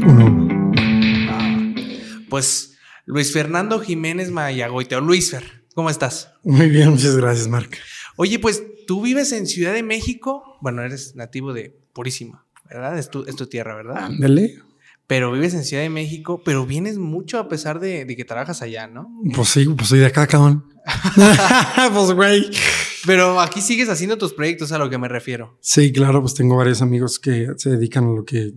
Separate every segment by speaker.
Speaker 1: Uno.
Speaker 2: Pues Luis Fernando Jiménez Mayagoiteo. Luisfer, ¿cómo estás?
Speaker 1: Muy bien, muchas gracias, Marc.
Speaker 2: Oye, pues tú vives en Ciudad de México. Bueno, eres nativo de Purísima, ¿verdad? Es tu tierra, ¿verdad?
Speaker 1: Ándale.
Speaker 2: Pero vives en Ciudad de México, pero vienes mucho a pesar de que trabajas allá, ¿no?
Speaker 1: Pues sí, pues soy de acá, cabrón. Pues güey.
Speaker 2: Pero aquí sigues haciendo tus proyectos, a lo que me refiero.
Speaker 1: Sí, claro, pues tengo varios amigos que se dedican a lo que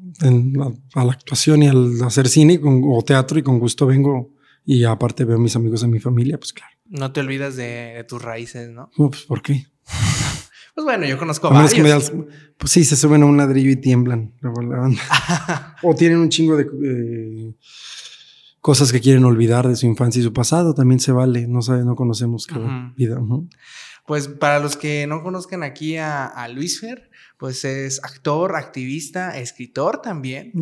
Speaker 1: a la actuación y al hacer cine o teatro, y con gusto vengo, y aparte veo a mis amigos de mi familia, pues claro.
Speaker 2: No te olvidas de tus raíces, ¿no?
Speaker 1: No, pues ¿por qué?
Speaker 2: Pues bueno, yo conozco a varios.
Speaker 1: Pues sí, se suben a un ladrillo y tiemblan luego la banda. O tienen un chingo de cosas que quieren olvidar de su infancia y su pasado. También se vale. No conocemos cada vida.
Speaker 2: Pues para los que no conozcan aquí a Luisfer, pues es actor, activista, escritor también.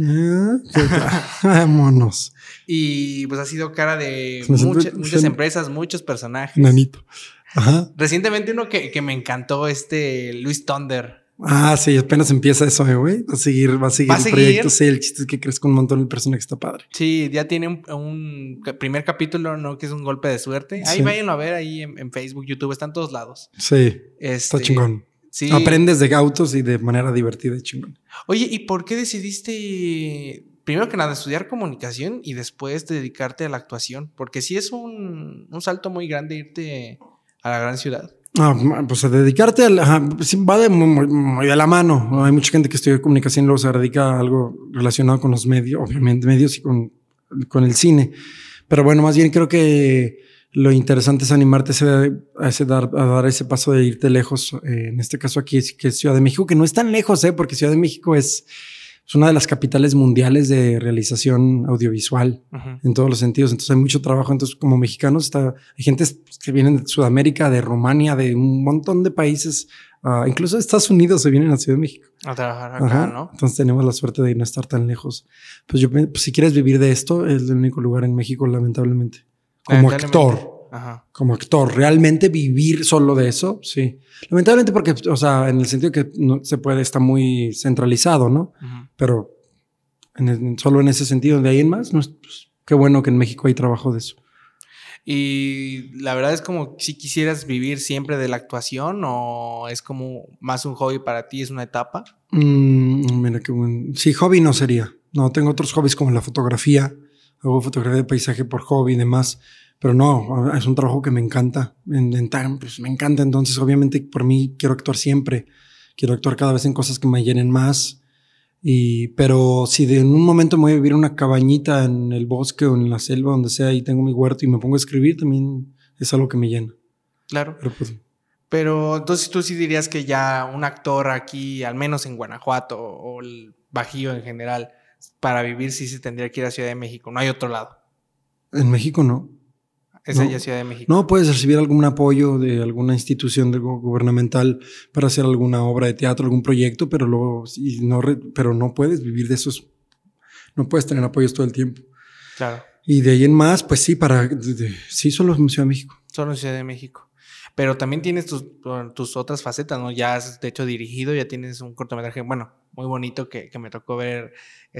Speaker 1: Vámonos.
Speaker 2: Y pues ha sido cara de muchas empresas, muchos personajes.
Speaker 1: Nanito. Ajá.
Speaker 2: Recientemente uno que me encantó, Luis Thunder.
Speaker 1: Ah, sí, apenas empieza eso, güey. Va a seguir el proyecto. Sí, el chiste es que crezca un montón el personaje, está padre.
Speaker 2: Sí, ya tiene un primer capítulo, ¿no? Que es un golpe de suerte. Ahí váyanlo a ver ahí en Facebook, YouTube, está en todos lados.
Speaker 1: Sí, está chingón.
Speaker 2: Sí.
Speaker 1: Aprendes de autos y de manera divertida y chingón.
Speaker 2: Oye, ¿y por qué decidiste, primero que nada, estudiar comunicación y después dedicarte a la actuación? Porque sí es un salto muy grande irte a la gran ciudad.
Speaker 1: Pues a dedicarte va muy de la mano. Hay mucha gente que estudia comunicación y luego se dedica a algo relacionado con los medios, obviamente medios, y con el cine. Pero bueno, más bien creo que lo interesante es animarte a dar ese paso de irte lejos. En este caso aquí que es Ciudad de México, que no es tan lejos, porque Ciudad de México es una de las capitales mundiales de realización audiovisual en todos los sentidos. Entonces hay mucho trabajo. Entonces, como mexicanos, hay gente que vienen de Sudamérica, de Rumania, de un montón de países, incluso de Estados Unidos se vienen a Ciudad de México
Speaker 2: a trabajar acá, ¿no?
Speaker 1: Entonces tenemos la suerte de no estar tan lejos. Pues si quieres vivir de esto, es el único lugar en México, lamentablemente. Como actor. Ajá. Como actor, realmente vivir solo de eso, sí. Lamentablemente porque, o sea, en el sentido que no se puede, está muy centralizado, ¿no? Pero solo en ese sentido, de ahí en más, pues, qué bueno que en México hay trabajo de eso.
Speaker 2: Y la verdad es como si quisieras vivir siempre de la actuación, o es como más un hobby para ti, es una etapa.
Speaker 1: Mira qué bueno. Sí, hobby no sería. No, tengo otros hobbies como la fotografía. Hago fotografía de paisaje por hobby y demás. Pero no, es un trabajo que me encanta. Pues me encanta. Entonces, obviamente, por mí quiero actuar siempre. Quiero actuar cada vez en cosas que me llenen más. Pero si en un momento me voy a vivir en una cabañita en el bosque o en la selva, donde sea, y tengo mi huerto y me pongo a escribir, también es algo que me llena.
Speaker 2: Claro. Pero entonces tú sí dirías que ya un actor aquí, al menos en Guanajuato o el Bajío en general, para vivir sí se tendría que ir a Ciudad de México. No hay otro lado.
Speaker 1: En México no.
Speaker 2: Es allá Ciudad de México.
Speaker 1: No, puedes recibir algún apoyo de alguna institución gubernamental para hacer alguna obra de teatro, algún proyecto, pero pero no puedes vivir de esos. No puedes tener apoyos todo el tiempo.
Speaker 2: Claro.
Speaker 1: Y de ahí en más, pues sí, sí, solo en Ciudad de México.
Speaker 2: Solo en Ciudad de México. Pero también tienes tus otras facetas, ¿no? Ya has, de hecho, dirigido, ya tienes un cortometraje, bueno, muy bonito que me tocó ver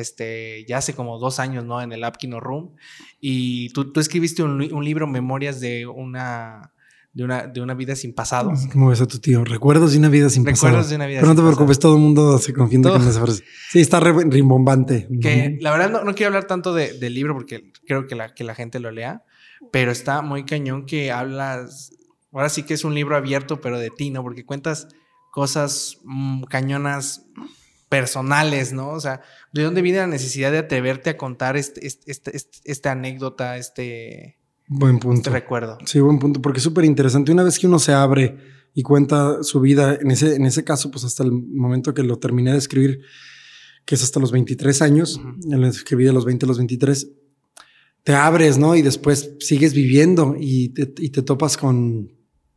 Speaker 2: ya hace como 2 años, ¿no? En el App Kino Room. Y tú escribiste un libro, Memorias de una vida sin pasado.
Speaker 1: ¿Cómo ves a tu tío? Recuerdos de una vida sin pasado.
Speaker 2: Recuerdos de una vida sin
Speaker 1: pasado. Pero no te preocupes,
Speaker 2: pasado.
Speaker 1: todo el mundo se confunde con esa frase. Sí, está rimbombante.
Speaker 2: Que la verdad no quiero hablar tanto del libro porque creo que la gente lo lea, pero está muy cañón que hablas. Ahora sí que es un libro abierto, pero de ti, ¿no? Porque cuentas cosas cañonas personales, ¿no? O sea, ¿de dónde viene la necesidad de atreverte a contar esta anécdota,
Speaker 1: buen punto.
Speaker 2: Este recuerdo?
Speaker 1: Sí, buen punto, porque es súper interesante. Una vez que uno se abre y cuenta su vida, en ese caso, pues hasta el momento que lo terminé de escribir, que es hasta los 23 años, en el que escribí de los 20 a los 23, te abres, ¿no? Y después sigues viviendo y te topas con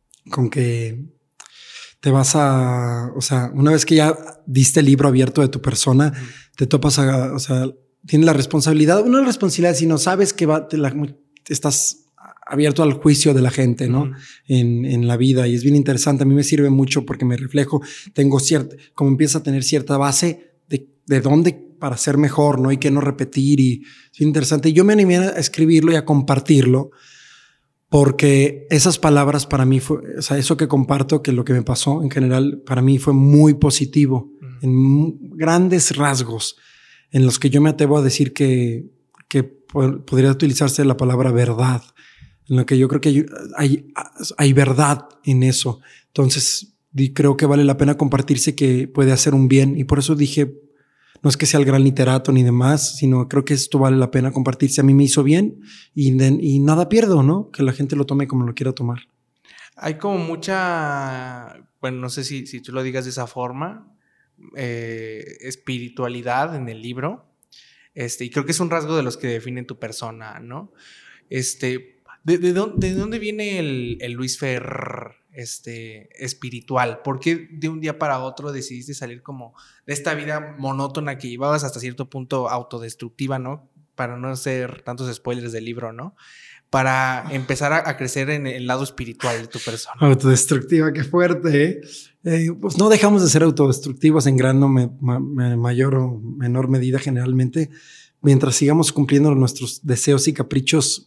Speaker 1: que te vas o sea, una vez que ya diste el libro abierto de tu persona, te topas o sea, tienes la responsabilidad, no la responsabilidad, sino sabes que estás abierto al juicio de la gente, ¿no? En la vida, y es bien interesante. A mí me sirve mucho porque me reflejo, como empiezo a tener cierta base de dónde para ser mejor, ¿no? Y qué no repetir. Y es interesante. Yo me animé a escribirlo y a compartirlo porque esas palabras para mí fue, o sea, eso que comparto, que lo que me pasó en general, para mí fue muy positivo en grandes rasgos en los que yo me atrevo a decir que podría utilizarse la palabra verdad, en lo que yo creo que hay verdad en eso. Entonces, creo que vale la pena compartirse, que puede hacer un bien. Y por eso dije, no es que sea el gran literato ni demás, sino creo que esto vale la pena compartirse. A mí me hizo bien y nada pierdo, ¿no? Que la gente lo tome como lo quiera tomar.
Speaker 2: Hay como mucha, bueno, no sé si tú lo digas de esa forma, espiritualidad en el libro. Y creo que es un rasgo de los que definen tu persona, ¿no? ¿De dónde viene el Luis Fer espiritual? ¿Por qué de un día para otro decidiste salir como de esta vida monótona que llevabas hasta cierto punto autodestructiva, ¿no? Para no hacer tantos spoilers del libro, ¿no? Para empezar a crecer en el lado espiritual de tu persona.
Speaker 1: Autodestructiva, qué fuerte, ¿eh? Pues no dejamos de ser autodestructivos en gran o mayor o menor medida generalmente, mientras sigamos cumpliendo nuestros deseos y caprichos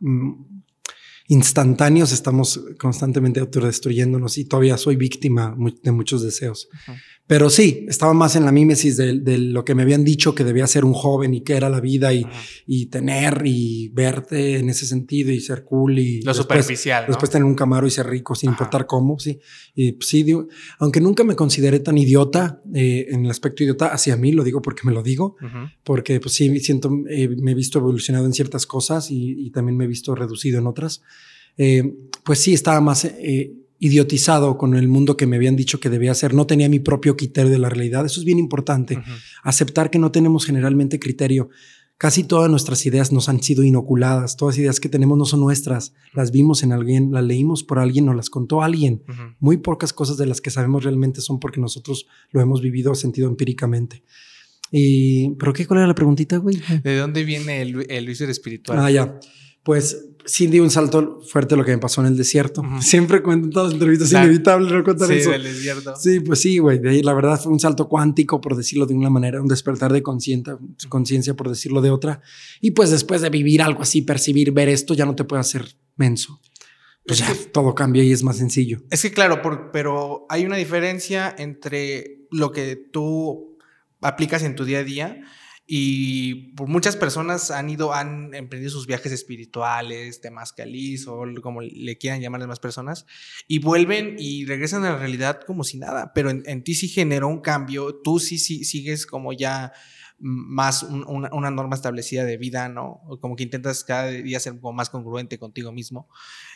Speaker 1: instantáneos, estamos constantemente autodestruyéndonos y todavía soy víctima de muchos deseos. Uh-huh. Pero sí, estaba más en la mímesis de lo que me habían dicho que debía ser un joven y que era la vida y tener y verte en ese sentido y ser cool y
Speaker 2: lo superficial, ¿no?
Speaker 1: Después tener un Camaro y ser rico sin importar cómo, sí. Y pues, sí, digo, aunque nunca me consideré tan idiota en el aspecto idiota hacia mí, lo digo porque me lo digo, porque pues sí siento, me he visto evolucionado en ciertas cosas y también me he visto reducido en otras. Pues sí, estaba más idiotizado con el mundo que me habían dicho que debía ser. No tenía mi propio criterio de la realidad. Eso es bien importante. Aceptar que no tenemos generalmente criterio. Casi todas nuestras ideas nos han sido inoculadas. Todas las ideas que tenemos no son nuestras. Las vimos en alguien, las leímos por alguien, nos las contó alguien. Muy pocas cosas de las que sabemos realmente son porque nosotros lo hemos vivido, sentido empíricamente. ¿Pero qué? ¿Cuál era la preguntita, güey?
Speaker 2: ¿De dónde viene el Luis espiritual?
Speaker 1: Ah, ya. Pues sí di un salto fuerte lo que me pasó en el desierto. Siempre cuento en todas las entrevistas, es inevitable no contar eso.
Speaker 2: Sí, del desierto.
Speaker 1: Sí, pues sí, güey. De ahí la verdad fue un salto cuántico, por decirlo de una manera, un despertar de conciencia, por decirlo de otra. Y pues después de vivir algo así, percibir, ver esto, ya no te puede hacer menso. Pues ya todo cambia y es más sencillo.
Speaker 2: Es que claro, pero hay una diferencia entre lo que tú aplicas en tu día a día. Y por muchas personas han emprendido sus viajes espirituales, temazcalís o como le quieran llamar las demás personas, y vuelven y regresan a la realidad como si nada, pero en ti sí generó un cambio, tú sí sigues como ya más una norma establecida de vida, ¿no? Como que intentas cada día ser como más congruente contigo mismo.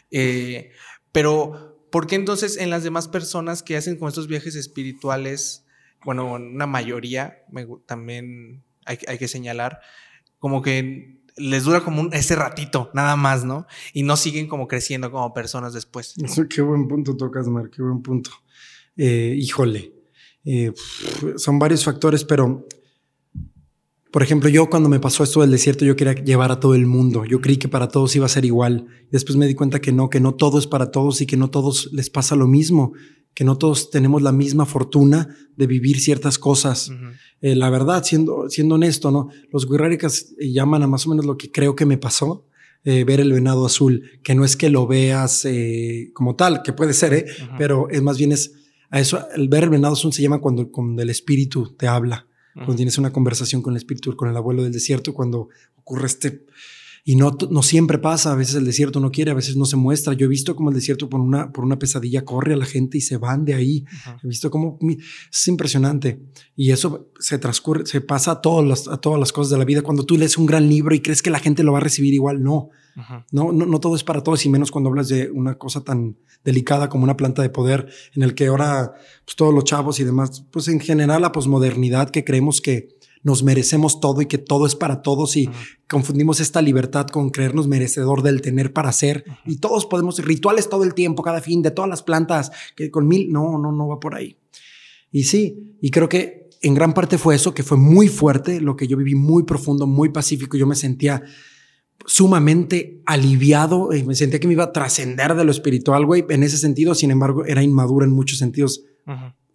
Speaker 2: Pero, ¿por qué entonces en las demás personas que hacen con estos viajes espirituales, bueno, una mayoría también... Hay que señalar, como que les dura como ese ratito, nada más, ¿no? Y no siguen como creciendo como personas después.
Speaker 1: Qué buen punto tocas, Mar, qué buen punto. Híjole, son varios factores, pero, por ejemplo, yo cuando me pasó esto del desierto, yo quería llevar a todo el mundo. Yo creí que para todos iba a ser igual. Después me di cuenta que no todo es para todos y que no todos les pasa lo mismo, que no todos tenemos la misma fortuna de vivir ciertas cosas. La verdad, siendo honesto, ¿no? Los wixárikas llaman a más o menos lo que creo que me pasó, ver el venado azul, que no es que lo veas como tal, que puede ser, pero es más bien a eso, el ver el venado azul se llama cuando el espíritu te habla, cuando tienes una conversación con el espíritu, con el abuelo del desierto, cuando ocurre y no siempre pasa, a veces el desierto no quiere, a veces no se muestra. Yo he visto cómo el desierto por una pesadilla corre a la gente y se van de ahí. He visto cómo es impresionante. Y eso se pasa a todas las cosas de la vida. Cuando tú lees un gran libro y crees que la gente lo va a recibir igual, no todo es para todos, y menos cuando hablas de una cosa tan delicada como una planta de poder, en el que ahora pues, todos los chavos y demás, pues en general la posmodernidad, que creemos que nos merecemos todo y que todo es para todos, y confundimos esta libertad con creernos merecedor del tener para ser, y todos podemos rituales todo el tiempo, cada fin, de todas las plantas, que con no va por ahí. Y sí, y creo que en gran parte fue eso, que fue muy fuerte, lo que yo viví, muy profundo, muy pacífico. Yo me sentía sumamente aliviado y me sentía que me iba a trascender de lo espiritual, güey, en ese sentido. Sin embargo, era inmaduro en muchos sentidos.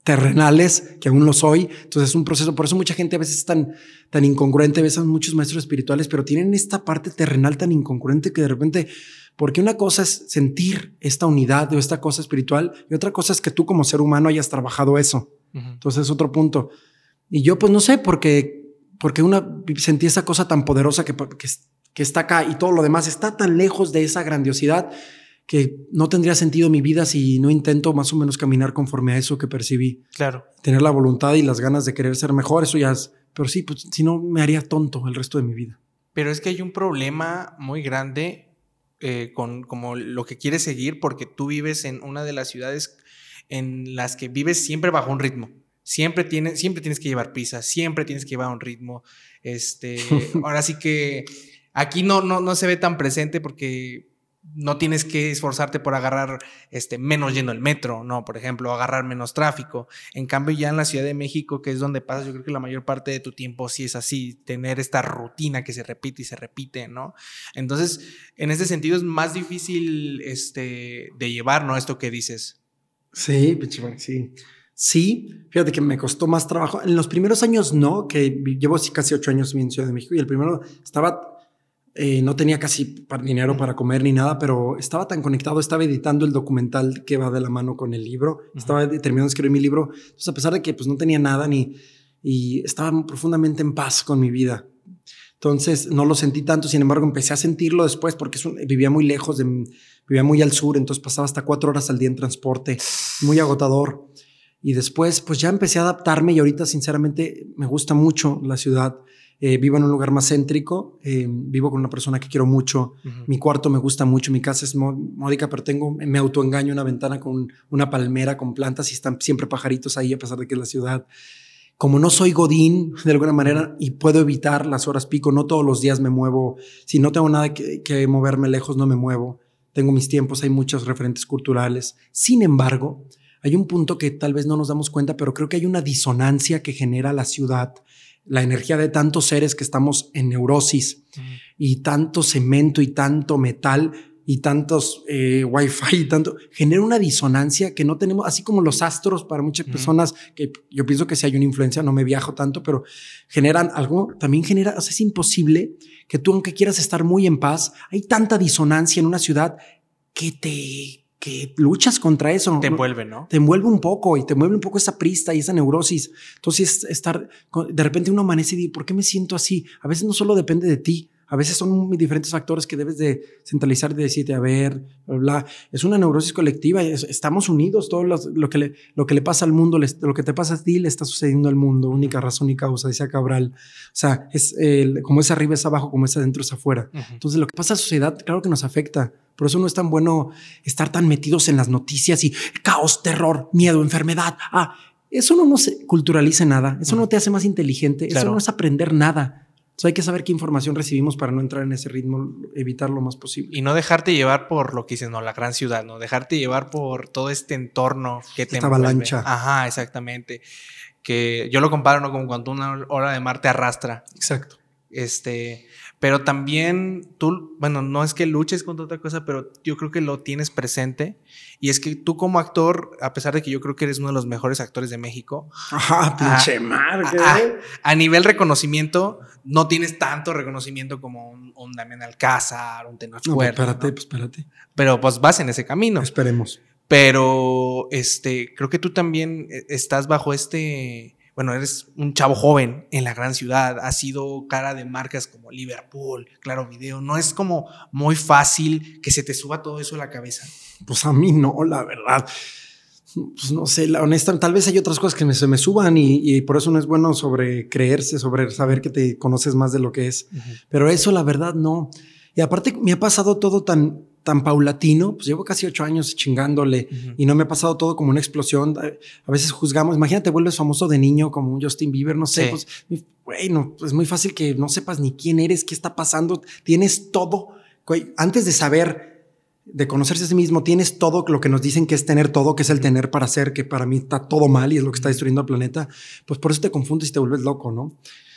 Speaker 1: terrenales, que aún lo soy. Entonces es un proceso. Por eso mucha gente a veces es tan incongruente. Ves a muchos maestros espirituales, pero tienen esta parte terrenal tan incongruente que de repente, porque una cosa es sentir esta unidad o esta cosa espiritual y otra cosa es que tú como ser humano hayas trabajado eso. Entonces es otro punto. Y yo pues no sé, porque sentí esa cosa tan poderosa que está acá y todo lo demás está tan lejos de esa grandiosidad que no tendría sentido mi vida si no intento más o menos caminar conforme a eso que percibí.
Speaker 2: Claro.
Speaker 1: Tener la voluntad y las ganas de querer ser mejor, eso ya es... Pero sí, pues si no me haría tonto el resto de mi vida.
Speaker 2: Pero es que hay un problema muy grande con como lo que quieres seguir, porque tú vives en una de las ciudades en las que vives siempre bajo un ritmo. Siempre tienes que llevar prisa, siempre tienes que llevar un ritmo. Ahora sí que aquí no se ve tan presente porque no tienes que esforzarte por agarrar menos yendo el metro, no, por ejemplo, agarrar menos tráfico. En cambio, ya en la Ciudad de México, que es donde pasas, yo creo que la mayor parte de tu tiempo sí es así, tener esta rutina que se repite y se repite, ¿no? Entonces, en ese sentido es más difícil de llevar, ¿no? Esto que dices.
Speaker 1: Sí, sí. Sí, fíjate que me costó más trabajo. En los primeros años no, que llevo casi 8 años en Ciudad de México y el primero no tenía casi dinero para comer ni nada, pero estaba tan conectado, estaba editando el documental que va de la mano con el libro, estaba terminando de escribir mi libro, entonces a pesar de que pues no tenía nada y estaba profundamente en paz con mi vida. Entonces no lo sentí tanto, sin embargo empecé a sentirlo después porque vivía muy lejos, vivía muy al sur, entonces pasaba hasta 4 horas al día en transporte, muy agotador. Y después, pues ya empecé a adaptarme y ahorita, sinceramente, me gusta mucho la ciudad. Vivo en un lugar más céntrico, vivo con una persona que quiero mucho. Mi cuarto me gusta mucho, mi casa es módica, pero me autoengaño una ventana con una palmera con plantas y están siempre pajaritos ahí a pesar de que es la ciudad. Como no soy godín de alguna manera y puedo evitar las horas pico, no todos los días me muevo. Si no tengo nada que moverme lejos, no me muevo. Tengo mis tiempos, hay muchos referentes culturales. Sin embargo, hay un punto que tal vez no nos damos cuenta, pero creo que hay una disonancia que genera la ciudad, la energía de tantos seres que estamos en neurosis y tanto cemento y tanto metal y tantos wifi y tanto, genera una disonancia que no tenemos, así como los astros para muchas personas, que yo pienso que si hay una influencia, no me viajo tanto, pero generan algo, también genera, o sea, es imposible que tú, aunque quieras estar muy en paz, hay tanta disonancia en una ciudad que luchas contra eso.
Speaker 2: Te envuelve, ¿no?
Speaker 1: Te envuelve un poco y te mueve un poco esa prista y esa neurosis. Entonces, de repente uno amanece y dice, ¿por qué me siento así? A veces no solo depende de ti. A veces son muy diferentes factores que debes de centralizar y decirte, a ver, bla, bla. Es una neurosis colectiva. Estamos unidos. Todo lo que le pasa al mundo, lo que te pasa a ti, le está sucediendo al mundo. Única razón y causa, decía Cabral. O sea, es como es arriba es abajo, como es adentro es afuera. Entonces, lo que pasa a la sociedad, claro que nos afecta. Por eso no es tan bueno estar tan metidos en las noticias y caos, terror, miedo, enfermedad. Eso no nos culturaliza nada. Eso no te hace más inteligente. Claro. Eso no es aprender nada. Entonces hay que saber qué información recibimos para no entrar en ese ritmo, evitar lo más posible.
Speaker 2: Y no dejarte llevar por lo que dices, no, la gran ciudad, no dejarte llevar por todo este entorno que te envuelve.
Speaker 1: Avalancha.
Speaker 2: Ajá, exactamente. Que yo lo comparo, ¿no? Como cuando una ola de mar te arrastra.
Speaker 1: Exacto.
Speaker 2: Pero también tú, bueno, no es que luches contra otra cosa, pero yo creo que lo tienes presente. Y es que tú como actor, a pesar de que yo creo que eres uno de los mejores actores de México.
Speaker 1: Ajá, pinche marca.
Speaker 2: A nivel reconocimiento, no tienes tanto reconocimiento como un Damián Alcázar, un Tenoch Huerta.
Speaker 1: Espérate.
Speaker 2: Pero pues vas en ese camino.
Speaker 1: Esperemos.
Speaker 2: Pero creo que tú también estás bajo bueno, eres un chavo joven en la gran ciudad, has sido cara de marcas como Liverpool, Claro Video, no es como muy fácil que se te suba todo eso a la cabeza.
Speaker 1: Pues a mí no, la verdad. Pues no sé, la honesta, tal vez hay otras cosas que se me suban y por eso no es bueno sobre creerse, sobre saber que te conoces más de lo que es. Pero eso la verdad no. Y aparte me ha pasado todo tan paulatino, pues llevo casi 8 años chingándole y no me ha pasado todo como una explosión. A veces juzgamos, imagínate, vuelves famoso de niño como un Justin Bieber, no sé, pues, güey, no, es muy fácil que no sepas ni quién eres, qué está pasando, tienes todo, güey, antes de saber, de conocerse a sí mismo, tienes todo lo que nos dicen que es tener todo, que es el tener para ser, que para mí está todo mal y es lo que está destruyendo al planeta, pues por eso te confundes y te vuelves loco, ¿no?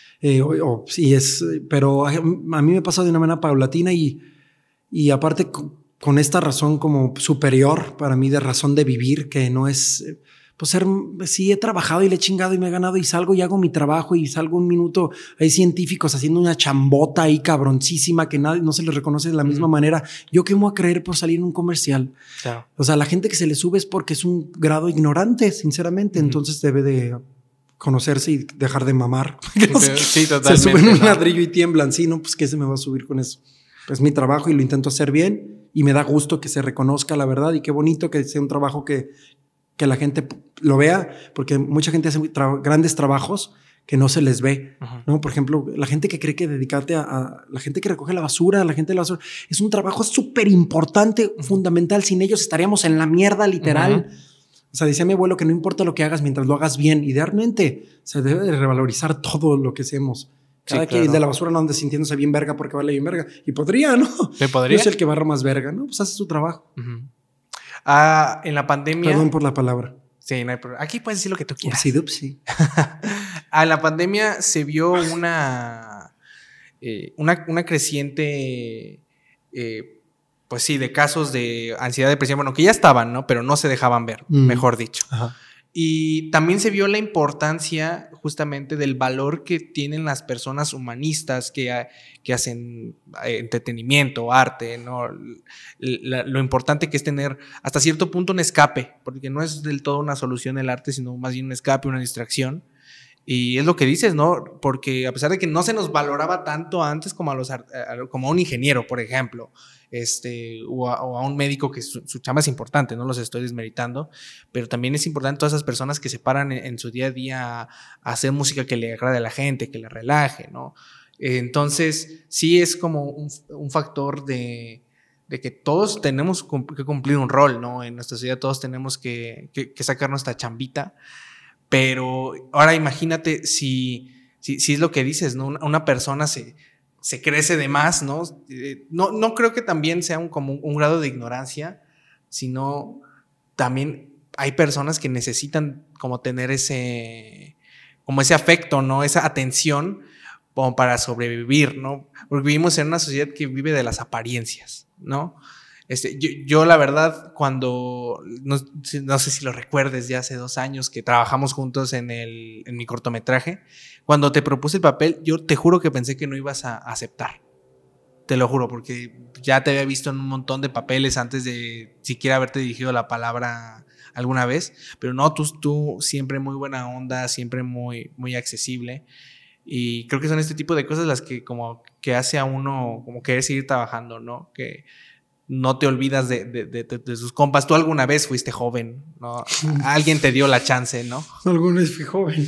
Speaker 1: Pero a mí me ha pasado de una manera paulatina y aparte con esta razón como superior para mí de razón de vivir, que no es pues sí he trabajado y le he chingado y me he ganado y salgo y hago mi trabajo y salgo un minuto. Hay científicos haciendo una chambota ahí cabroncísima que no se les reconoce de la misma manera. ¿Yo qué me voy a creer por salir en un comercial?
Speaker 2: Claro.
Speaker 1: O sea, la gente que se le sube es porque es un grado ignorante, sinceramente. Entonces debe de conocerse y dejar de mamar.
Speaker 2: Sí, totalmente.
Speaker 1: Se suben un ladrillo y tiemblan. Sí, no, pues ¿qué se me va a subir con eso? Pues mi trabajo y lo intento hacer bien y me da gusto que se reconozca la verdad y qué bonito que sea un trabajo que la gente lo vea, porque mucha gente hace grandes trabajos que no se les ve, ¿no? Por ejemplo, la gente que cree que dedicarte a la gente que recoge la basura, la gente de la basura, es un trabajo súper importante, fundamental. Sin ellos estaríamos en la mierda, literal. O sea, decía mi abuelo que no importa lo que hagas mientras lo hagas bien. Idealmente se debe de revalorizar todo lo que hacemos. Cada quien de la basura no ande sintiéndose bien verga porque vale bien verga. Y podría, ¿no?
Speaker 2: ¿Me podría?
Speaker 1: Yo soy el que barra más verga, ¿no? Pues hace su trabajo.
Speaker 2: En la pandemia...
Speaker 1: Perdón por la palabra.
Speaker 2: Sí, no hay problema. Aquí puedes decir lo que tú quieras.
Speaker 1: Sí.
Speaker 2: En la pandemia se vio una creciente... pues sí, de casos de ansiedad, depresión, bueno, que ya estaban, ¿no? Pero no se dejaban ver, mejor dicho. Ajá. Y también se vio la importancia justamente del valor que tienen las personas humanistas que hacen entretenimiento, arte, ¿no? Lo importante que es tener hasta cierto punto un escape, porque no es del todo una solución el arte, sino más bien un escape, una distracción. Y es lo que dices, ¿no? Porque a pesar de que no se nos valoraba tanto antes como a un ingeniero, por ejemplo, o a un médico, que su chamba es importante, no los estoy desmeritando, pero también es importante todas esas personas que se paran en su día a día a hacer música que le agrade a la gente, que le relaje, ¿no? Entonces, sí es como un factor de que todos tenemos que cumplir un rol, ¿no? En nuestra sociedad todos tenemos que sacar nuestra chambita. Pero ahora imagínate si es lo que dices, ¿no? Una persona se crece de más, ¿no? No creo que también sea como un grado de ignorancia, sino también hay personas que necesitan como tener ese afecto, ¿no? Esa atención como para sobrevivir, ¿no? Porque vivimos en una sociedad que vive de las apariencias, ¿no? Yo la verdad, cuando no sé si lo recuerdes, ya hace 2 años que trabajamos juntos en mi cortometraje, cuando te propuse el papel, yo te juro que pensé que no ibas a aceptar. Te lo juro, porque ya te había visto en un montón de papeles antes de siquiera haberte dirigido la palabra alguna vez, pero no, tú siempre muy buena onda, siempre muy, muy accesible. Y creo que son este tipo de cosas las que como que hace a uno como querer seguir trabajando, ¿no? Que no te olvidas de sus compas. Tú alguna vez fuiste joven, ¿no? Alguien te dio la chance, ¿no?
Speaker 1: Alguna vez fui joven.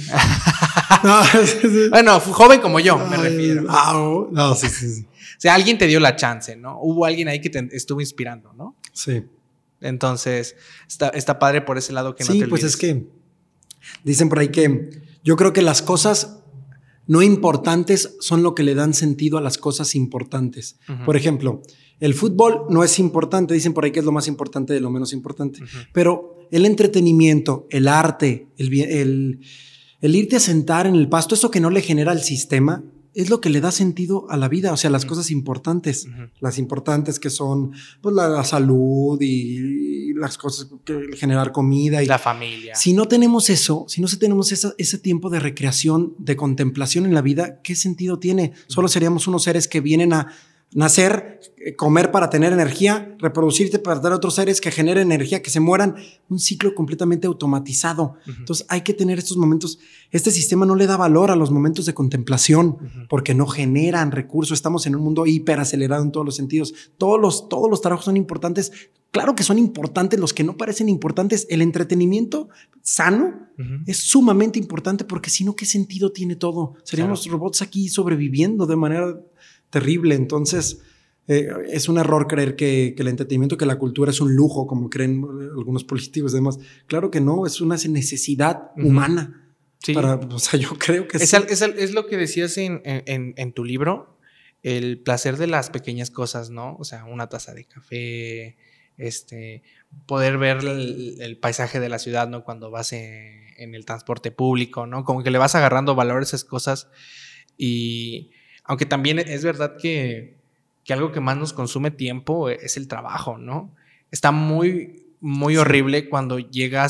Speaker 2: Bueno, joven como yo, me refiero.
Speaker 1: No, sí.
Speaker 2: O sea, alguien te dio la chance, ¿no? Hubo alguien ahí que te estuvo inspirando, ¿no?
Speaker 1: Sí.
Speaker 2: Entonces, está padre por ese lado que no te olvides.
Speaker 1: Sí, pues es que dicen por ahí que yo creo que las cosas no importantes son lo que le dan sentido a las cosas importantes. Por ejemplo, el fútbol no es importante, dicen por ahí que es lo más importante de lo menos importante, pero el entretenimiento, el arte, el irte a sentar en el pasto, eso que no le genera al sistema, es lo que le da sentido a la vida. O sea, las cosas importantes, las importantes que son pues la salud y las cosas que generar comida y
Speaker 2: la familia.
Speaker 1: Si no tenemos eso, si no tenemos ese tiempo de recreación, de contemplación en la vida, ¿qué sentido tiene? Solo seríamos unos seres que vienen a nacer, comer para tener energía, reproducirte para dar a otros seres que generen energía, que se mueran. Un ciclo completamente automatizado. Entonces hay que tener estos momentos. Este sistema no le da valor a los momentos de contemplación porque no generan recursos. Estamos en un mundo hiperacelerado en todos los sentidos. Todos los trabajos son importantes. Claro que son importantes los que no parecen importantes. El entretenimiento sano es sumamente importante porque si no, ¿qué sentido tiene todo? Seríamos robots aquí sobreviviendo de manera terrible. Entonces es un error creer que el entretenimiento, que la cultura es un lujo, como creen algunos políticos y demás. Claro que no, es una necesidad humana. Sí. O sea, yo creo que
Speaker 2: es lo que decías en tu libro, el placer de las pequeñas cosas, ¿no? O sea, una taza de café, poder ver el paisaje de la ciudad, ¿no? Cuando vas en el transporte público, ¿no? Como que le vas agarrando valor a esas cosas. Y aunque también es verdad que algo que más nos consume tiempo es el trabajo, ¿no? Está muy, muy horrible cuando llegas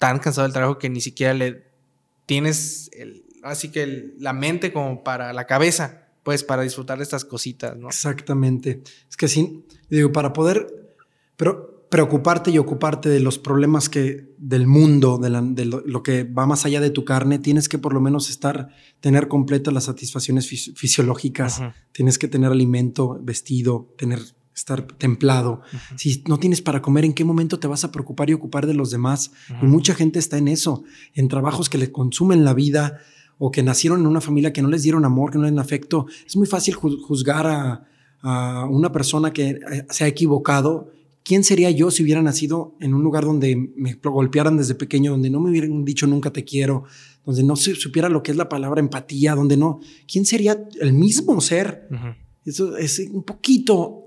Speaker 2: tan cansado del trabajo que ni siquiera le tienes así que la mente como para la cabeza, pues para disfrutar de estas cositas, ¿no?
Speaker 1: Exactamente. Es que sí, digo, para poder preocuparte y ocuparte de los problemas del mundo, de lo que va más allá de tu carne, tienes que por lo menos tener completas las satisfacciones fisiológicas, uh-huh. Tienes que tener alimento, vestido, estar templado. Uh-huh. Si no tienes para comer, ¿en qué momento te vas a preocupar y ocupar de los demás? Uh-huh. Y mucha gente está en eso, en trabajos que le consumen la vida o que nacieron en una familia que no les dieron amor, que no les dieron afecto. Es muy fácil juzgar a una persona que se ha equivocado. ¿Quién sería yo si hubiera nacido en un lugar donde me golpearan desde pequeño, donde no me hubieran dicho nunca te quiero, donde no se supiera lo que es la palabra empatía, donde no? ¿Quién sería el mismo ser? Uh-huh. Eso es un poquito,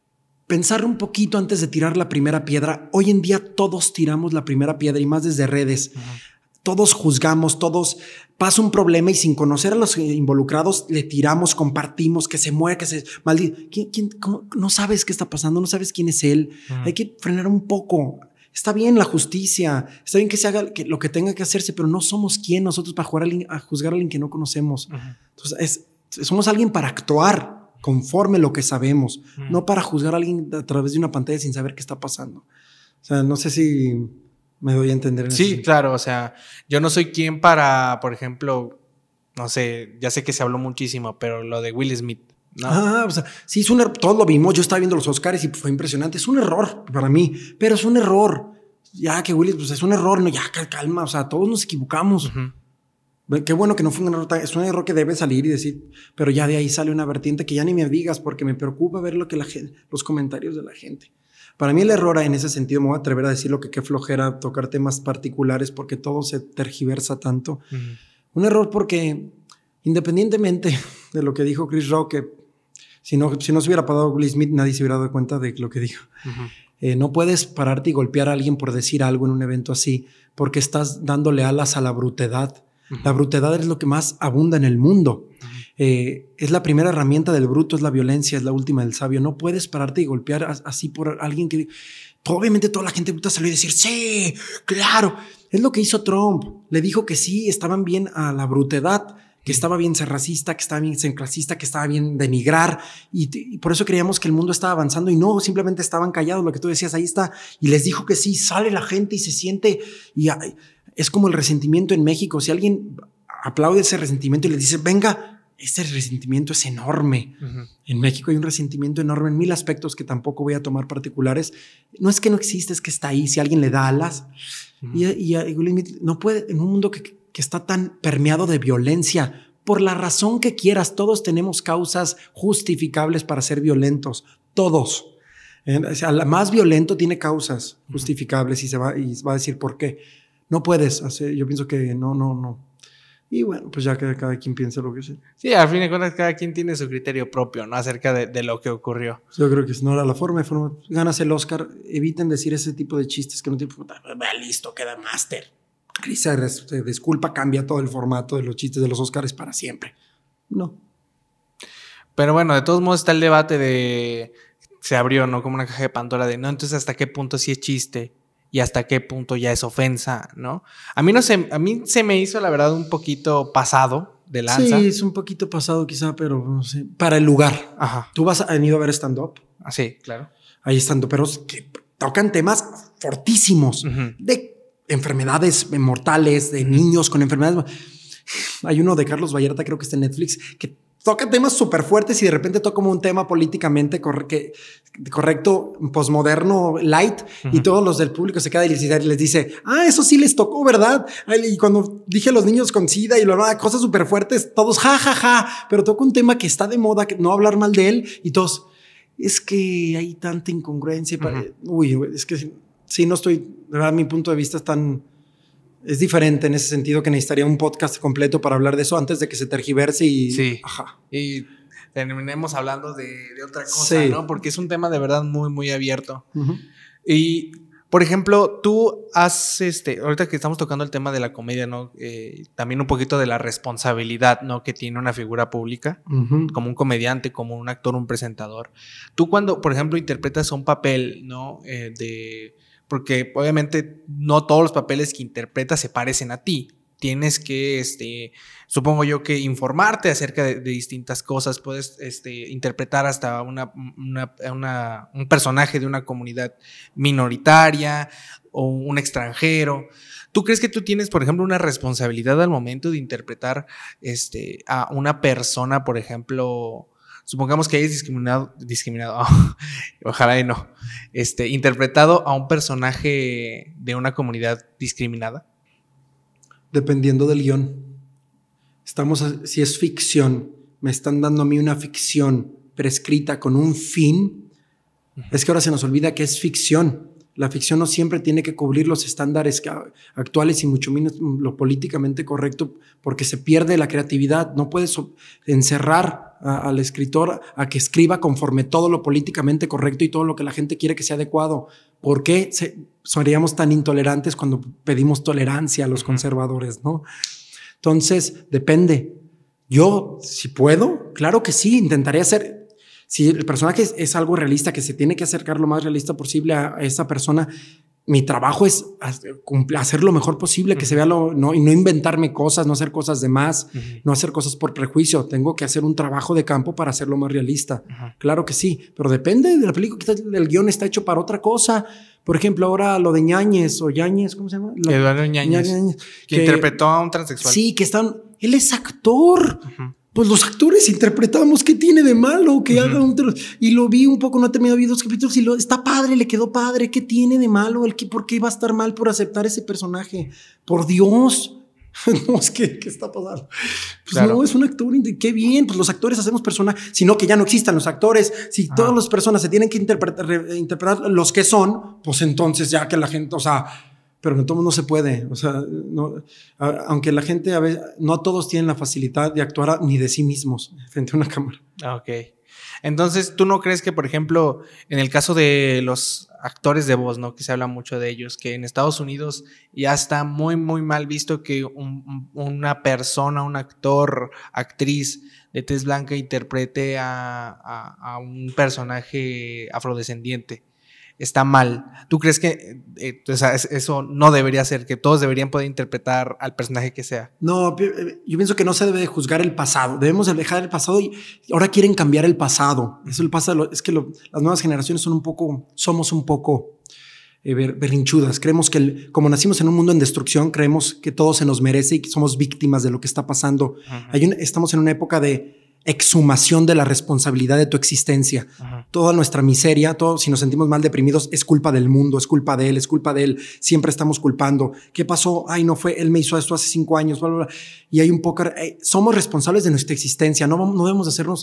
Speaker 1: pensar un poquito antes de tirar la primera piedra. Hoy en día todos tiramos la primera piedra y más desde redes. Uh-huh. Todos juzgamos, todos pasa un problema y sin conocer a los involucrados le tiramos, compartimos, que se muere, que se maldito. ¿Cómo? No sabes qué está pasando, no sabes quién es él. Hay que frenar un poco. Está bien la justicia, está bien que se haga lo que tenga que hacerse, pero no somos quién nosotros para juzgar a alguien que no conocemos. Entonces somos alguien para actuar conforme lo que sabemos, no para juzgar a alguien a través de una pantalla sin saber qué está pasando. O sea, no sé si me doy a entender.
Speaker 2: Sí, claro. O sea, yo no soy quien para, por ejemplo, no sé, ya sé que se habló muchísimo, pero lo de Will Smith, ¿no?
Speaker 1: O sea, sí, es un error. Todos lo vimos. Yo estaba viendo los Oscars y fue impresionante. Es un error para mí, pero es un error. Ya que Will, pues es un error. No, ya calma. O sea, todos nos equivocamos. Uh-huh. Qué bueno que no fue un error. Es un error que debe salir y decir, pero ya de ahí sale una vertiente que ya ni me digas porque me preocupa ver lo que los comentarios de la gente. Para mí el error en ese sentido, me voy a atrever a decir lo que qué flojera tocar temas particulares porque todo se tergiversa tanto. Uh-huh. Un error porque independientemente de lo que dijo Chris Rock, que si no se hubiera parado Will Smith, nadie se hubiera dado cuenta de lo que dijo. Uh-huh. No puedes pararte y golpear a alguien por decir algo en un evento así porque estás dándole alas a la brutedad. Uh-huh. La brutedad es lo que más abunda en el mundo. Uh-huh. Es la primera herramienta del bruto, es la violencia, es la última del sabio. No puedes pararte y golpear así por alguien que... Obviamente toda la gente bruta salió y decir, sí, claro. Es lo que hizo Trump. Le dijo que sí, estaban bien a la brutedad, que estaba bien ser racista, que estaba bien ser clasista, que estaba bien denigrar. Y por eso creíamos que el mundo estaba avanzando y no, simplemente estaban callados. Lo que tú decías, ahí está. Y les dijo que sí, sale la gente y se siente... Y es como el resentimiento en México. Si alguien aplaude ese resentimiento y les dice, venga... Ese resentimiento es enorme. Uh-huh. En México hay un resentimiento enorme en 1000 aspectos que tampoco voy a tomar particulares. No es que no existe, es que está ahí. Si alguien le da alas. Uh-huh. Y no puede, en un mundo que está tan permeado de violencia, por la razón que quieras, todos tenemos causas justificables para ser violentos. Todos. O sea, el más violento tiene causas justificables y va a decir por qué. No puedes hacer, yo pienso que no. Y bueno, pues ya que cada quien piensa lo que sea.
Speaker 2: Sí, al fin de cuentas cada quien tiene su criterio propio, ¿no? Acerca de lo que ocurrió.
Speaker 1: Yo creo que si no era la forma, ganas el Oscar, eviten decir ese tipo de chistes que no tienen... Listo, queda máster. Y se disculpa, cambia todo el formato de los chistes de los Oscars para siempre. No.
Speaker 2: Pero bueno, de todos modos está el debate de... Se abrió, ¿no? Como una caja de Pandora de, no, entonces hasta qué punto sí es chiste y hasta qué punto ya es ofensa, ¿no? A mí se me hizo, la verdad, un poquito pasado de lanza.
Speaker 1: Sí, es un poquito pasado quizá, pero no sé. Para el lugar.
Speaker 2: Ajá.
Speaker 1: ¿Tú has ido a ver stand-up?
Speaker 2: Ah, sí, claro.
Speaker 1: Hay stand-uperos que tocan temas fortísimos. Uh-huh. De enfermedades mortales, de niños con enfermedades. Hay uno de Carlos Vallarta, creo que está en Netflix, que toca temas súper fuertes y de repente toca como un tema políticamente correcto, posmoderno, light, uh-huh. Y todos los del público se quedan y les dice, eso sí les tocó, ¿verdad? Y cuando dije los niños con SIDA y cosas súper fuertes, todos pero toca un tema que está de moda, que no hablar mal de él, y todos, es que hay tanta incongruencia. Uh-huh. Es que sí, no estoy, de verdad, mi punto de vista es diferente en ese sentido, que necesitaría un podcast completo para hablar de eso antes de que se tergiverse y...
Speaker 2: Sí. Ajá. Y terminemos hablando de otra cosa, sí. ¿No? Porque es un tema de verdad muy, muy abierto. Uh-huh. Y, por ejemplo, tú has, ahorita que estamos tocando el tema de la comedia, ¿no? También un poquito de la responsabilidad, ¿no? Que tiene una figura pública, uh-huh. Como un comediante, como un actor, un presentador. Tú cuando, por ejemplo, interpretas un papel, ¿no? porque obviamente no todos los papeles que interpretas se parecen a ti. Tienes que, supongo yo, que informarte acerca de distintas cosas. Puedes interpretar hasta un personaje de una comunidad minoritaria o un extranjero. ¿Tú crees que tú tienes, por ejemplo, una responsabilidad al momento de interpretar a una persona, por ejemplo, supongamos que hayas discriminado, ojalá y no, interpretado a un personaje de una comunidad discriminada?
Speaker 1: Dependiendo del guión. Si es ficción, me están dando a mí una ficción prescrita con un fin. Es que ahora se nos olvida que es ficción. La ficción no siempre tiene que cubrir los estándares actuales y mucho menos lo políticamente correcto, porque se pierde la creatividad. No puedes encerrar al escritor a que escriba conforme todo lo políticamente correcto y todo lo que la gente quiere que sea adecuado. ¿Por qué seríamos tan intolerantes cuando pedimos tolerancia a los conservadores, no? Entonces, depende. Yo, si puedo, claro que sí, intentaría hacer. Si el personaje es algo realista, que se tiene que acercar lo más realista posible a esa persona, mi trabajo es hacer lo mejor posible, que se vea y no inventarme cosas, no hacer cosas de más, no hacer cosas por prejuicio. Tengo que hacer un trabajo de campo para hacerlo más realista. Claro que sí, pero depende de la película. El guión está hecho para otra cosa. Por ejemplo, ahora lo de Ñáñez o Yáñez, ¿cómo se llama?
Speaker 2: Eduardo Ñáñez, que interpretó a un transexual.
Speaker 1: Sí, él es actor. Pues los actores interpretamos qué tiene de malo que haga y lo vi un poco, no he terminado de ver 2 capítulos y está padre, le quedó padre. ¿Qué tiene de malo? ¿Por qué va a estar mal por aceptar ese personaje? Por Dios. No, es que ¿qué está pasando? Pues claro. No, es un actor, qué bien, pues los actores hacemos personajes, sino que ya no existan los actores. Si todas las personas se tienen que interpretar los que son, pues entonces ya que la gente, o sea, pero en todo no se puede, o sea, no, aunque la gente a veces, no todos tienen la facilidad de actuar ni de sí mismos frente a una cámara.
Speaker 2: Ok. Entonces, ¿tú no crees que, por ejemplo, en el caso de los actores de voz, ¿no? Que se habla mucho de ellos, que en Estados Unidos ya está muy, muy mal visto que una persona, un actor, actriz de tez blanca interprete a un personaje afrodescendiente? Está mal. ¿Tú crees que eso no debería ser, que todos deberían poder interpretar al personaje que sea?
Speaker 1: No, yo pienso que no se debe de juzgar el pasado. Debemos dejar el pasado y ahora quieren cambiar el pasado. Eso es que las nuevas generaciones somos un poco berrinchudas. Creemos que como nacimos en un mundo en destrucción, creemos que todo se nos merece y que somos víctimas de lo que está pasando. Estamos en una época de exhumación de la responsabilidad de tu existencia. Toda nuestra miseria, si nos sentimos mal deprimidos, es culpa del mundo, es culpa de él, siempre estamos culpando. ¿Qué pasó? Ay, no fue, él me hizo esto hace 5 años, bla, bla, bla. Y hay un poco, somos responsables de nuestra existencia, no debemos hacernos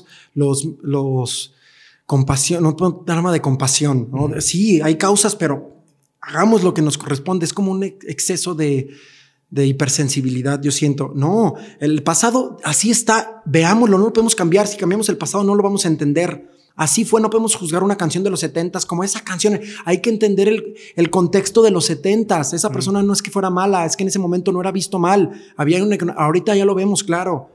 Speaker 1: los compasión, no arma de compasión, ¿no? Sí, hay causas, pero hagamos lo que nos corresponde. Es como un exceso de hipersensibilidad, yo siento. No, el pasado así está, veámoslo, no lo podemos cambiar. Si cambiamos el pasado no lo vamos a entender. Así fue, no podemos juzgar una canción de los 70s como esa canción. Hay que entender el contexto de los 70s. Esa persona no es que fuera mala, es que en ese momento no era visto mal. Ahorita ya lo vemos claro.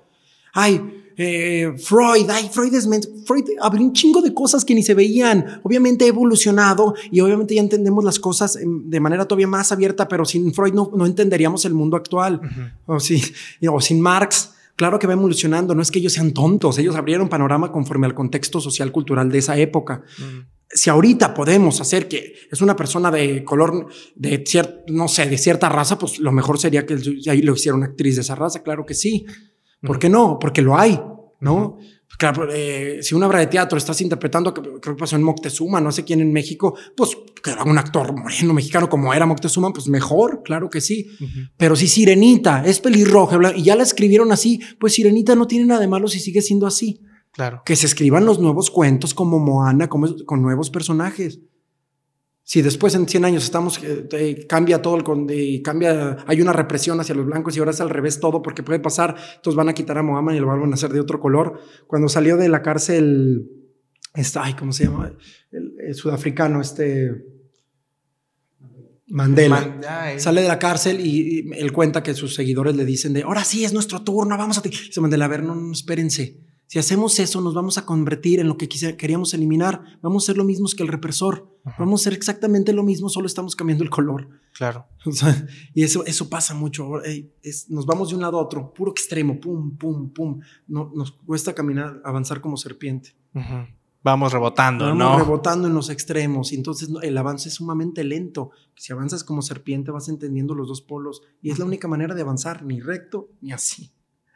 Speaker 1: Freud había un chingo de cosas que ni se veían. Obviamente ha evolucionado y obviamente ya entendemos las cosas de manera todavía más abierta, pero sin Freud no entenderíamos el mundo actual. O sin Marx. Claro que va evolucionando, no es que ellos sean tontos, ellos abrieron panorama conforme al contexto social cultural de esa época. Si ahorita podemos hacer que es una persona de color de cierta raza, pues lo mejor sería que ahí lo hiciera una actriz de esa raza, claro que sí. ¿Por qué no? Porque lo hay, ¿no? Claro, si una obra de teatro estás interpretando, creo que pasó en Moctezuma, no sé quién en México, pues que era un actor moreno mexicano como era Moctezuma, pues mejor, claro que sí. Pero si Sirenita es pelirroja y ya la escribieron así, pues Sirenita no tiene nada de malo si sigue siendo así.
Speaker 2: Claro.
Speaker 1: Que se escriban los nuevos cuentos como Moana, con nuevos personajes. Si después en 100 años cambia todo, hay una represión hacia los blancos y ahora es al revés todo, porque puede pasar, entonces van a quitar a Mohamed y lo van a hacer de otro color. Cuando salió de la cárcel, ¿cómo se llama? El sudafricano, Mandela. Sale de la cárcel y él cuenta que sus seguidores le dicen ahora sí es nuestro turno, vamos a ti. Dice Mandela, a ver, no, espérense. Si hacemos eso, nos vamos a convertir en lo que queríamos eliminar. Vamos a ser lo mismos que el represor. Vamos a ser exactamente lo mismo, solo estamos cambiando el color.
Speaker 2: Claro.
Speaker 1: O sea, y eso pasa mucho. Nos vamos de un lado a otro, puro extremo, pum, pum, pum. No, nos cuesta caminar, avanzar como serpiente.
Speaker 2: Vamos rebotando,
Speaker 1: Vamos rebotando en los extremos. Y entonces el avance es sumamente lento. Si avanzas como serpiente, vas entendiendo los dos polos. Y es la única manera de avanzar, ni recto ni así.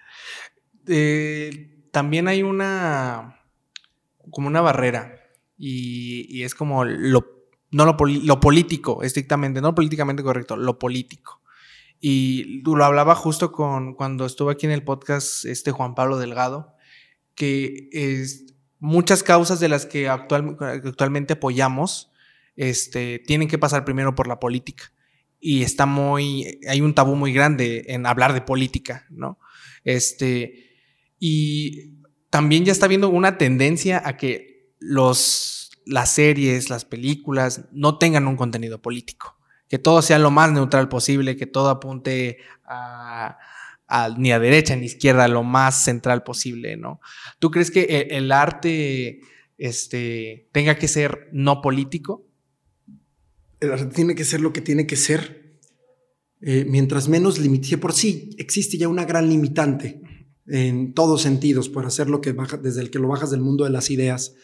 Speaker 2: También hay como una barrera y es como lo político, estrictamente, no políticamente correcto, lo político. Y lo hablaba justo cuando estuvo aquí en el podcast Juan Pablo Delgado, que muchas causas de las que actualmente apoyamos tienen que pasar primero por la política. Y hay un tabú muy grande en hablar de política, ¿no? Y también ya está habiendo una tendencia a que las series, las películas no tengan un contenido político, que todo sea lo más neutral posible, que todo apunte ni a derecha ni a izquierda, lo más central posible, ¿no? ¿Tú crees que el arte tenga que ser no político?
Speaker 1: El arte tiene que ser lo que tiene que ser. Mientras menos limite, por sí existe ya una gran limitante en todos sentidos por hacer lo que baja, desde el que lo bajas del mundo de las ideas.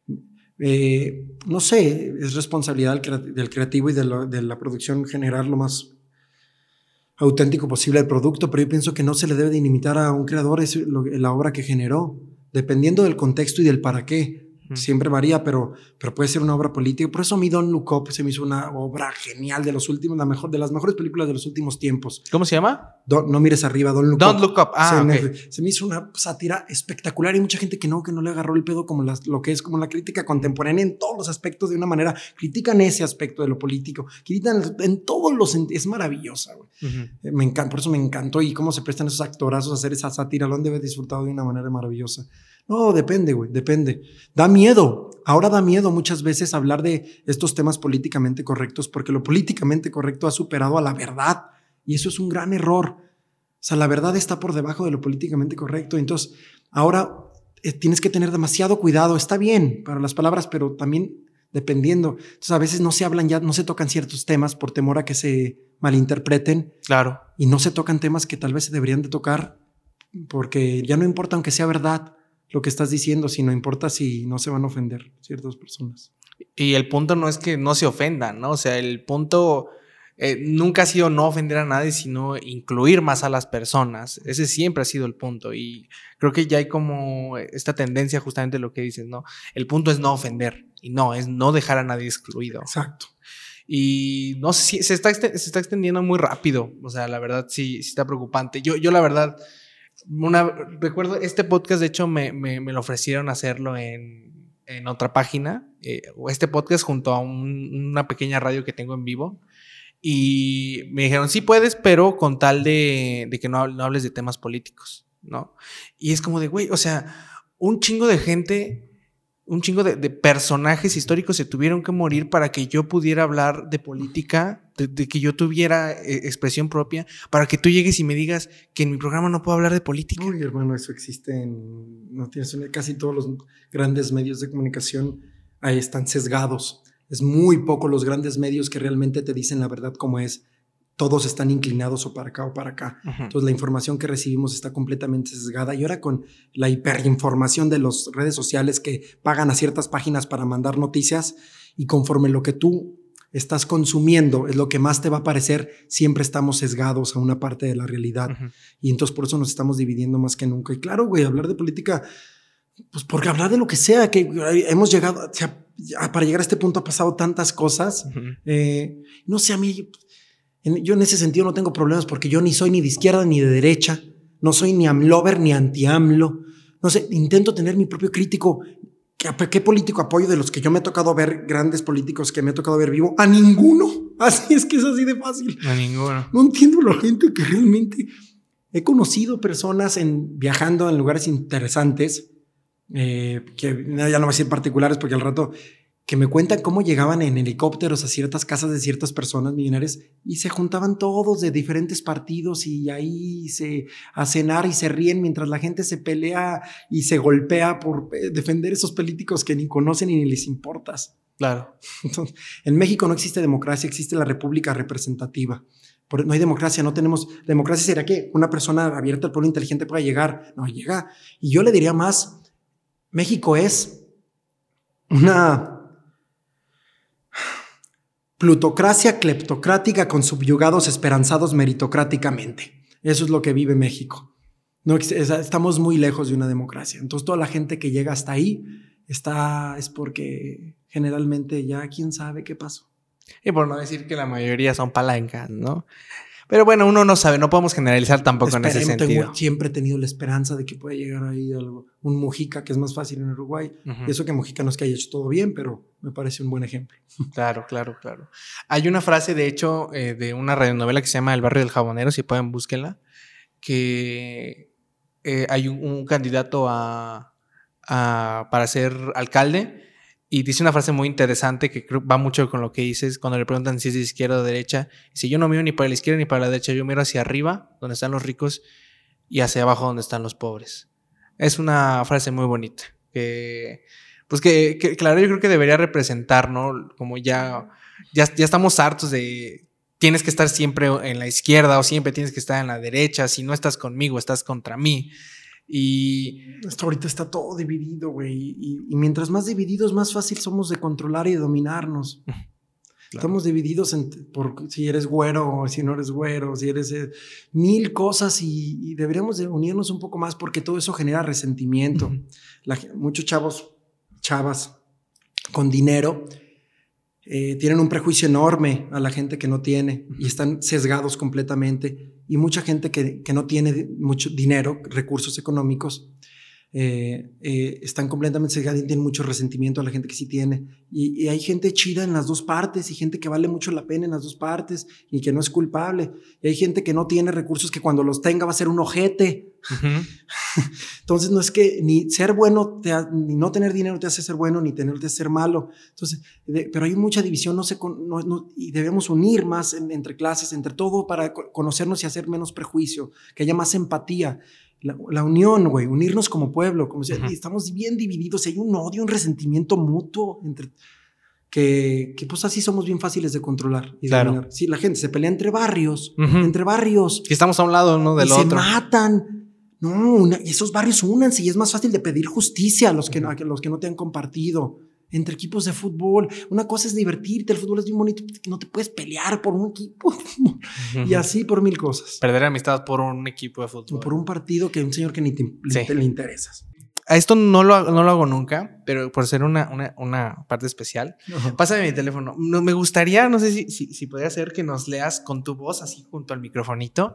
Speaker 1: No sé, es responsabilidad del creativo y de la producción generar lo más auténtico posible el producto, pero yo pienso que no se le debe de limitar a un creador la obra que generó, dependiendo del contexto y del para qué. Siempre varía, pero puede ser una obra política. Por eso a mí Don't Look Up se me hizo una obra genial de las mejores películas de los últimos tiempos.
Speaker 2: ¿Cómo se llama?
Speaker 1: No mires arriba, Don't Look
Speaker 2: Up. Okay.
Speaker 1: Se me hizo una sátira espectacular y mucha gente que no le agarró el pedo como lo que es como la crítica contemporánea en todos los aspectos de una manera. Critican ese aspecto de lo político, critican en todos los sentidos. Es maravillosa, güey. Me encanta, por eso me encantó y cómo se prestan esos actorazos a hacer esa sátira. Lo han de haber disfrutado de una manera maravillosa. No, depende, güey, depende. Da miedo. Ahora da miedo muchas veces hablar de estos temas políticamente correctos porque lo políticamente correcto ha superado a la verdad y eso es un gran error. O sea, la verdad está por debajo de lo políticamente correcto. Entonces, ahora tienes que tener demasiado cuidado. Está bien para las palabras, pero también dependiendo. Entonces, a veces no se hablan ya, no se tocan ciertos temas por temor a que se malinterpreten.
Speaker 2: Claro.
Speaker 1: Y no se tocan temas que tal vez se deberían de tocar porque ya no importa aunque sea verdad lo que estás diciendo, sino importa si no se van a ofender ciertas personas.
Speaker 2: Y el punto no es que no se ofendan, ¿no? O sea, el punto nunca ha sido no ofender a nadie, sino incluir más a las personas. Ese siempre ha sido el punto. Y creo que ya hay como esta tendencia, justamente lo que dices, ¿no? El punto es no ofender. Y no, es no dejar a nadie excluido.
Speaker 1: Exacto.
Speaker 2: Y no sé si se está extendiendo muy rápido. O sea, la verdad sí está preocupante. Yo la verdad... recuerdo este podcast, de hecho me lo ofrecieron hacerlo en otra página, este podcast junto a una pequeña radio que tengo en vivo y me dijeron sí puedes, pero con tal de que no hables de temas políticos, ¿no? Y es como de güey, o sea, un chingo de gente, un chingo de personajes históricos se tuvieron que morir para que yo pudiera hablar de política, de que yo tuviera expresión propia, para que tú llegues y me digas que en mi programa no puedo hablar de política.
Speaker 1: Uy, hermano, eso existe casi todos los grandes medios de comunicación ahí están sesgados. Es muy poco los grandes medios que realmente te dicen la verdad como es. Todos están inclinados o para acá o para acá. Uh-huh. Entonces la información que recibimos está completamente sesgada y ahora con la hiperinformación de las redes sociales que pagan a ciertas páginas para mandar noticias y conforme lo que tú estás consumiendo es lo que más te va a parecer, siempre estamos sesgados a una parte de la realidad. Uh-huh. Y entonces por eso nos estamos dividiendo más que nunca. Y claro, güey, hablar de política, pues porque hablar de lo que sea, que hemos llegado, o sea, para llegar a este punto ha pasado tantas cosas. Uh-huh. No sé, a mí... Yo en ese sentido no tengo problemas porque yo ni soy ni de izquierda ni de derecha, no soy ni AMLover ni anti-AMLO, no sé, intento tener mi propio crítico. ¿Qué político apoyo de los que yo me he tocado ver, grandes políticos que me he tocado ver vivo? A ninguno, así es que es así de fácil.
Speaker 2: A ninguno.
Speaker 1: No entiendo la gente que realmente... He conocido personas viajando en lugares interesantes, que ya no voy a decir particulares porque al rato... que me cuentan cómo llegaban en helicópteros a ciertas casas de ciertas personas millonarias y se juntaban todos de diferentes partidos y ahí a cenar y se ríen mientras la gente se pelea y se golpea por defender esos políticos que ni conocen y ni les importas.
Speaker 2: Claro.
Speaker 1: Entonces, en México no existe democracia, existe la república representativa. No hay democracia, no tenemos democracia. ¿Será que una persona abierta al pueblo inteligente pueda llegar? No llega. Y yo le diría más, México es una plutocracia cleptocrática con subyugados esperanzados meritocráticamente. Eso es lo que vive México. No, estamos muy lejos de una democracia. Entonces toda la gente que llega hasta ahí es porque generalmente ya quién sabe qué pasó.
Speaker 2: Y por no decir que la mayoría son palancas, ¿no? Pero bueno, uno no sabe, no podemos generalizar tampoco en ese sentido.
Speaker 1: Siempre he tenido la esperanza de que pueda llegar ahí un Mujica, que es más fácil en Uruguay. Y eso que Mujica no es que haya hecho todo bien, pero me parece un buen ejemplo.
Speaker 2: Claro. Hay una frase, de hecho, de una radionovela que se llama El barrio del jabonero, si pueden búsquenla, que hay un candidato para ser alcalde. Y dice una frase muy interesante que creo va mucho con lo que dices cuando le preguntan si es de izquierda o derecha. Dice, yo no miro ni para la izquierda ni para la derecha, yo miro hacia arriba, donde están los ricos, y hacia abajo, donde están los pobres. Es una frase muy bonita. Que claro, yo creo que debería representar, ¿no? Como ya estamos hartos de tienes que estar siempre en la izquierda o siempre tienes que estar en la derecha. Si no estás conmigo, estás contra mí. Y
Speaker 1: esto ahorita está todo dividido, güey. Y mientras más divididos, más fácil somos de controlar y de dominarnos. Claro. Estamos divididos por si eres güero o si no eres güero, si eres mil cosas y deberíamos de unirnos un poco más porque todo eso genera resentimiento. Muchos chavas con dinero tienen un prejuicio enorme a la gente que no tiene y están sesgados completamente. Y mucha gente que no tiene mucho dinero, recursos económicos, están completamente sesgados y tienen mucho resentimiento a la gente que sí tiene. Y hay gente chida en las dos partes y gente que vale mucho la pena en las dos partes y que no es culpable. Y hay gente que no tiene recursos que cuando los tenga va a ser un ojete. Entonces no es que ni ser bueno, ni no tener dinero te hace ser bueno, ni tener te hace ser malo. Entonces, pero hay mucha división, y debemos unir más entre clases, entre todo para conocernos y hacer menos prejuicio, que haya más empatía. La unión, güey, unirnos como pueblo, como si estamos bien divididos, hay un odio, un resentimiento mutuo entre que pues así somos bien fáciles de controlar y
Speaker 2: claro.
Speaker 1: dominar. Sí, la gente se pelea entre barrios,
Speaker 2: que estamos a un lado, ¿no? Del otro.
Speaker 1: Se matan. No, y esos barrios únanse y es más fácil de pedir justicia a los que no te han compartido. Entre equipos de fútbol, una cosa es divertirte, el fútbol es bien bonito, no te puedes pelear por un equipo y así por mil cosas.
Speaker 2: Perder amistad por un equipo de fútbol.
Speaker 1: O por un partido que un señor que ni le interesas.
Speaker 2: A esto no lo hago nunca, pero por ser una parte especial, pásame mi teléfono. Me gustaría, no sé si podría ser que nos leas con tu voz así junto al microfonito,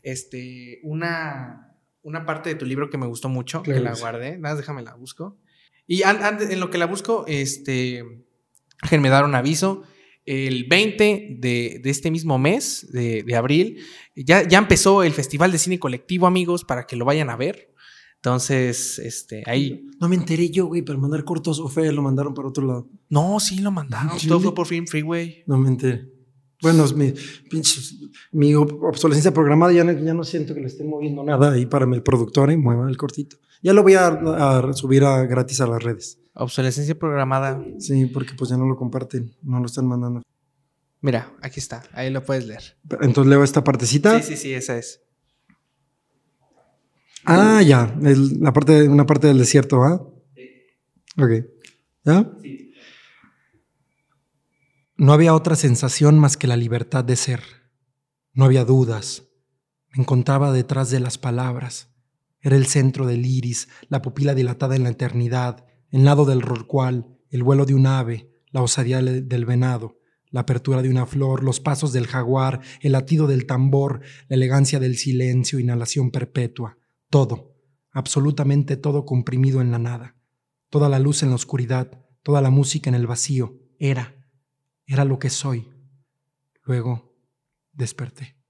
Speaker 2: una parte de tu libro que me gustó mucho, claro, que la guardé. Nada, déjame la busco. Y en lo que la busco, déjenme dar un aviso. El 20 de este mismo mes, de abril, ya empezó el Festival de Cine Colectivo, amigos, para que lo vayan a ver. Entonces, ahí...
Speaker 1: No me enteré yo, güey, pero mandar cortos o fe lo mandaron para otro lado.
Speaker 2: No, sí lo mandaron.
Speaker 1: ¿Sí?
Speaker 2: Todo fue por Film Freeway.
Speaker 1: No me enteré. Bueno, es mi obsolescencia programada, ya no siento que le estén moviendo nada ahí para el productor y mueva el cortito. Ya lo voy a subir gratis a las redes.
Speaker 2: Obsolescencia programada.
Speaker 1: Sí, porque pues ya no lo comparten, no lo están mandando.
Speaker 2: Mira, aquí está, ahí lo puedes leer.
Speaker 1: Entonces leo esta partecita.
Speaker 2: Sí, esa es.
Speaker 1: Ah, ya, una parte del desierto, ¿ah? Sí. Ok. ¿Ya? Sí. No había otra sensación más que la libertad de ser. No había dudas. Me encontraba detrás de las palabras. Era el centro del iris, la pupila dilatada en la eternidad, el nado del rorcual, el vuelo de un ave, la osadía del venado, la apertura de una flor, los pasos del jaguar, el latido del tambor, la elegancia del silencio, inhalación perpetua. Todo, absolutamente todo comprimido en la nada. Toda la luz en la oscuridad, toda la música en el vacío. Era lo que soy. Luego desperté.